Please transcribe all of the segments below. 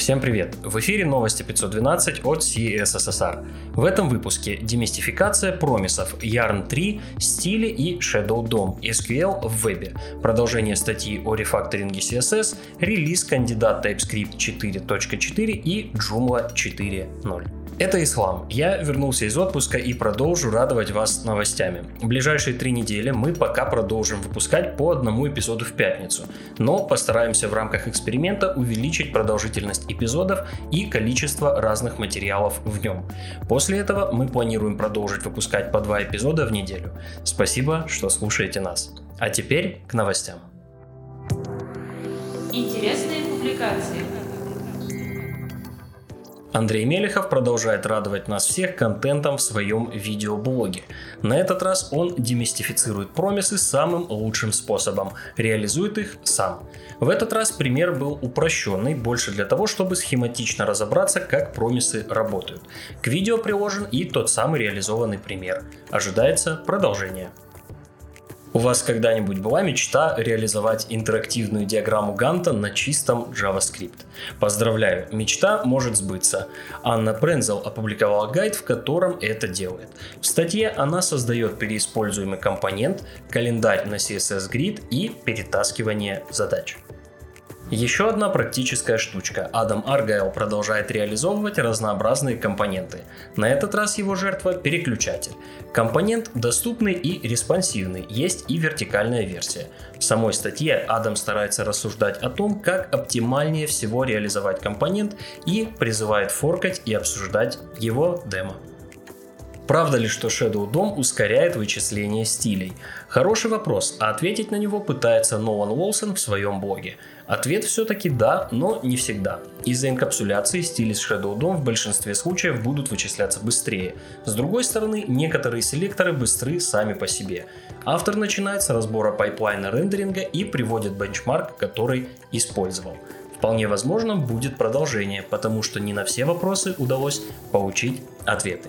Всем привет! В эфире новости 512 от CSSR. В этом выпуске демистификация промисов Yarn 3, стили и Shadow DOM, SQL в вебе, продолжение статьи о рефакторинге CSS, релиз кандидат TypeScript 4.4 и Joomla 4.0. Это Ислам. Я вернулся из отпуска и продолжу радовать вас новостями. В ближайшие 3 недели мы пока продолжим выпускать по одному эпизоду в пятницу, но постараемся в рамках эксперимента увеличить продолжительность эпизодов и количество разных материалов в нем. После этого мы планируем продолжить выпускать по 2 эпизода в неделю. Спасибо, что слушаете нас. А теперь к новостям. Интересные публикации. Андрей Мелехов продолжает радовать нас всех контентом в своем видеоблоге. На этот раз он демистифицирует промисы самым лучшим способом, реализует их сам. В этот раз пример был упрощенный, больше для того, чтобы схематично разобраться, как промисы работают. К видео приложен и тот самый реализованный пример. Ожидается продолжение. У вас когда-нибудь была мечта реализовать интерактивную диаграмму Ганта на чистом JavaScript? Поздравляю, мечта может сбыться. Анна Прензел опубликовала гайд, в котором это делает. В статье она создает переиспользуемый компонент, календарь на CSS Grid и перетаскивание задач. Еще одна практическая штучка. Адам Аргайл продолжает реализовывать разнообразные компоненты. На этот раз его жертва – переключатель. Компонент доступный и респонсивный, есть и вертикальная версия. В самой статье Адам старается рассуждать о том, как оптимальнее всего реализовать компонент и призывает форкать и обсуждать его демо. Правда ли, что Shadow DOM ускоряет вычисление стилей? Хороший вопрос, а ответить на него пытается Нолан Уолсон в своем блоге. Ответ все-таки да, но не всегда. Из-за инкапсуляции стили с Shadow DOM в большинстве случаев будут вычисляться быстрее. С другой стороны, некоторые селекторы быстры сами по себе. Автор начинает с разбора пайплайна рендеринга и приводит бенчмарк, который использовал. Вполне возможно, будет продолжение, потому что не на все вопросы удалось получить ответы.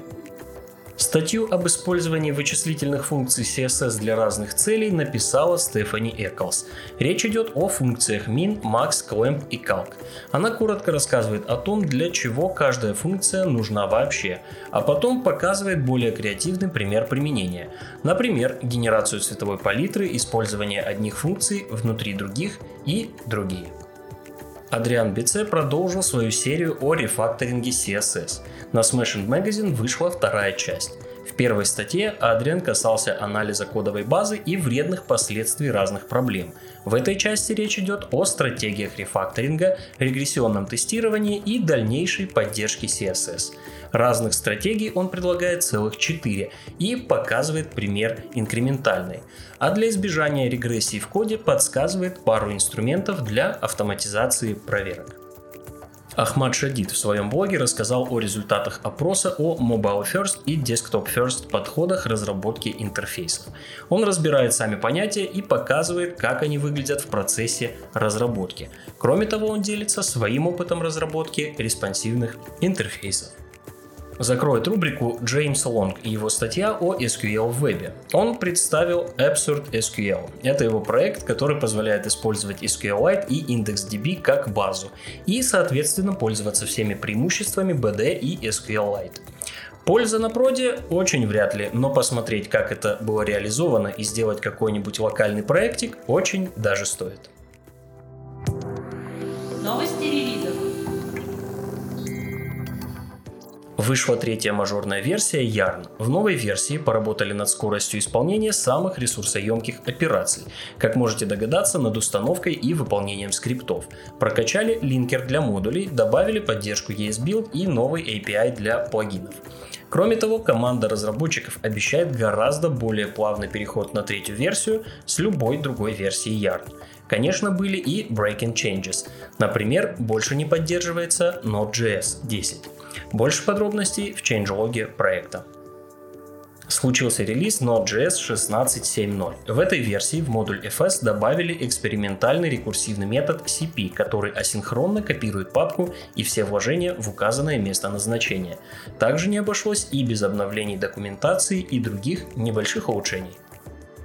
Статью об использовании вычислительных функций CSS для разных целей написала Стефани Эклс. Речь идет о функциях min, max, clamp и calc. Она коротко рассказывает о том, для чего каждая функция нужна вообще, а потом показывает более креативный пример применения. Например, генерацию цветовой палитры, использование одних функций внутри других и другие. Адриан Бице продолжил свою серию о рефакторинге CSS. На Smashing Magazine вышла 2-я часть. В первой статье Адриан касался анализа кодовой базы и вредных последствий разных проблем. В этой части речь идет о стратегиях рефакторинга, регрессионном тестировании и дальнейшей поддержке CSS. Разных стратегий он предлагает целых 4 и показывает пример инкрементальной. А для избежания регрессии в коде подсказывает пару инструментов для автоматизации проверок. Ахмад Шадид в своем блоге рассказал о результатах опроса о Mobile First и Desktop First подходах разработки интерфейсов. Он разбирает сами понятия и показывает, как они выглядят в процессе разработки. Кроме того, он делится своим опытом разработки респонсивных интерфейсов. Закроет рубрику Джеймс Лонг и его статья о SQL в вебе. Он представил Absurd SQL. Это его проект, который позволяет использовать SQLite и IndexedDB как базу и, соответственно, пользоваться всеми преимуществами BD и SQLite. Польза на проде очень вряд ли, но посмотреть, как это было реализовано и сделать какой-нибудь локальный проектик очень даже стоит. Новости релизов. Вышла 3-я мажорная версия Yarn. В новой версии поработали над скоростью исполнения самых ресурсоемких операций. Как можете догадаться, над установкой и выполнением скриптов. Прокачали линкер для модулей, добавили поддержку ESBuild и новый API для плагинов. Кроме того, команда разработчиков обещает гораздо более плавный переход на 3-ю версию с любой другой версии Yarn. Конечно, были и breaking changes. Например, больше не поддерживается Node.js 10. Больше подробностей в changelog проекта. Случился релиз Node.js 16.7.0. В этой версии в модуль fs добавили экспериментальный рекурсивный метод cp, который асинхронно копирует папку и все вложения в указанное место назначения. Также не обошлось и без обновлений документации и других небольших улучшений.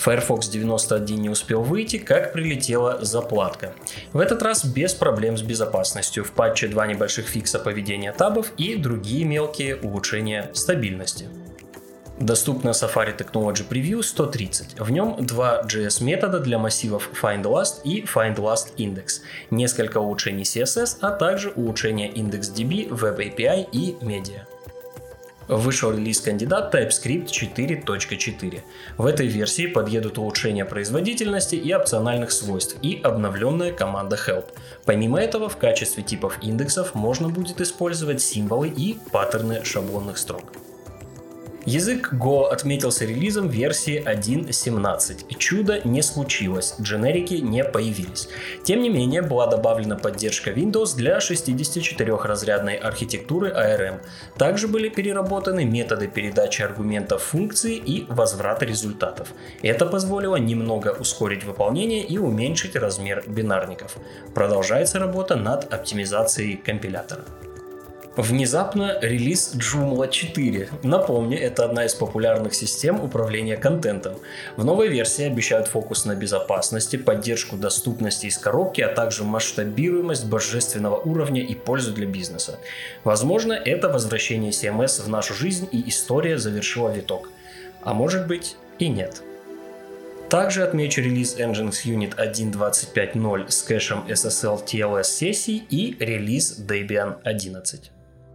Firefox 91 не успел выйти, как прилетела заплатка. В этот раз без проблем с безопасностью. В патче 2 небольших фикса поведения табов и другие мелкие улучшения стабильности. Доступно Safari Technology Preview 130. В нем два JS метода для массивов FindLast и FindLastIndex, несколько улучшений CSS, а также улучшения IndexedDB, Web API и Media. Вышел релиз-кандидат TypeScript 4.4. В этой версии подъедут улучшения производительности и опциональных свойств и обновленная команда Help. Помимо этого, в качестве типов индексов можно будет использовать символы и паттерны шаблонных строк. Язык Go отметился релизом версии 1.17. Чудо не случилось, дженерики не появились. Тем не менее, была добавлена поддержка Windows для 64-разрядной архитектуры ARM. Также были переработаны методы передачи аргументов функции и возврата результатов. Это позволило немного ускорить выполнение и уменьшить размер бинарников. Продолжается работа над оптимизацией компилятора. Внезапно релиз Joomla 4. Напомню, это одна из популярных систем управления контентом. В новой версии обещают фокус на безопасности, поддержку доступности из коробки, а также масштабируемость божественного уровня и пользу для бизнеса. Возможно, это возвращение CMS в нашу жизнь и история завершила виток. А может быть и нет. Также отмечу релиз Nginx Unit 1.25.0 с кэшем SSL TLS сессий и релиз Debian 11.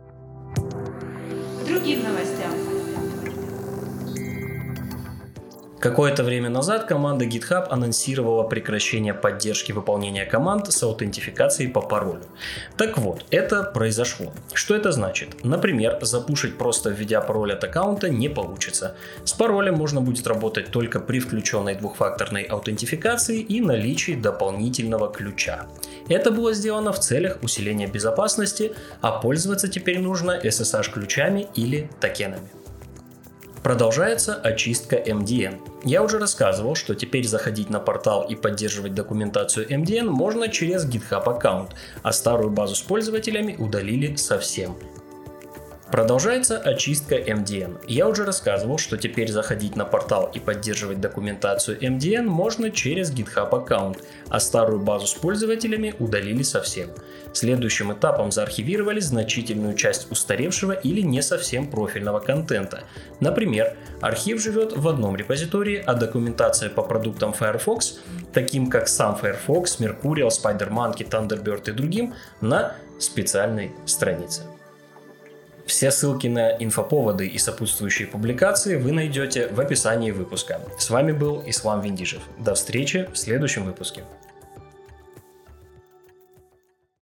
Другим новостям. Какое-то время назад команда GitHub анонсировала прекращение поддержки выполнения команд с аутентификацией по паролю. Так вот, это произошло. Что это значит? Например, запушить просто введя пароль от аккаунта не получится. С паролем можно будет работать только при включенной двухфакторной аутентификации и наличии дополнительного ключа. Это было сделано в целях усиления безопасности, а пользоваться теперь нужно SSH-ключами или токенами. Продолжается очистка MDN. Я уже рассказывал, что теперь заходить на портал и поддерживать документацию MDN можно через GitHub аккаунт, а старую базу с пользователями удалили совсем. Продолжается очистка MDN. Я уже рассказывал, что теперь заходить на портал и поддерживать документацию MDN можно через GitHub аккаунт, а старую базу с пользователями удалили совсем. Следующим этапом заархивировали значительную часть устаревшего или не совсем профильного контента. Например, архив живет в одном репозитории, а документация по продуктам Firefox, таким как сам Firefox, Mercurial, SpiderMonkey, Thunderbird и другим, на специальной странице. Все ссылки на инфоповоды и сопутствующие публикации вы найдете в описании выпуска. С вами был Ислам Виндижев. До встречи в следующем выпуске.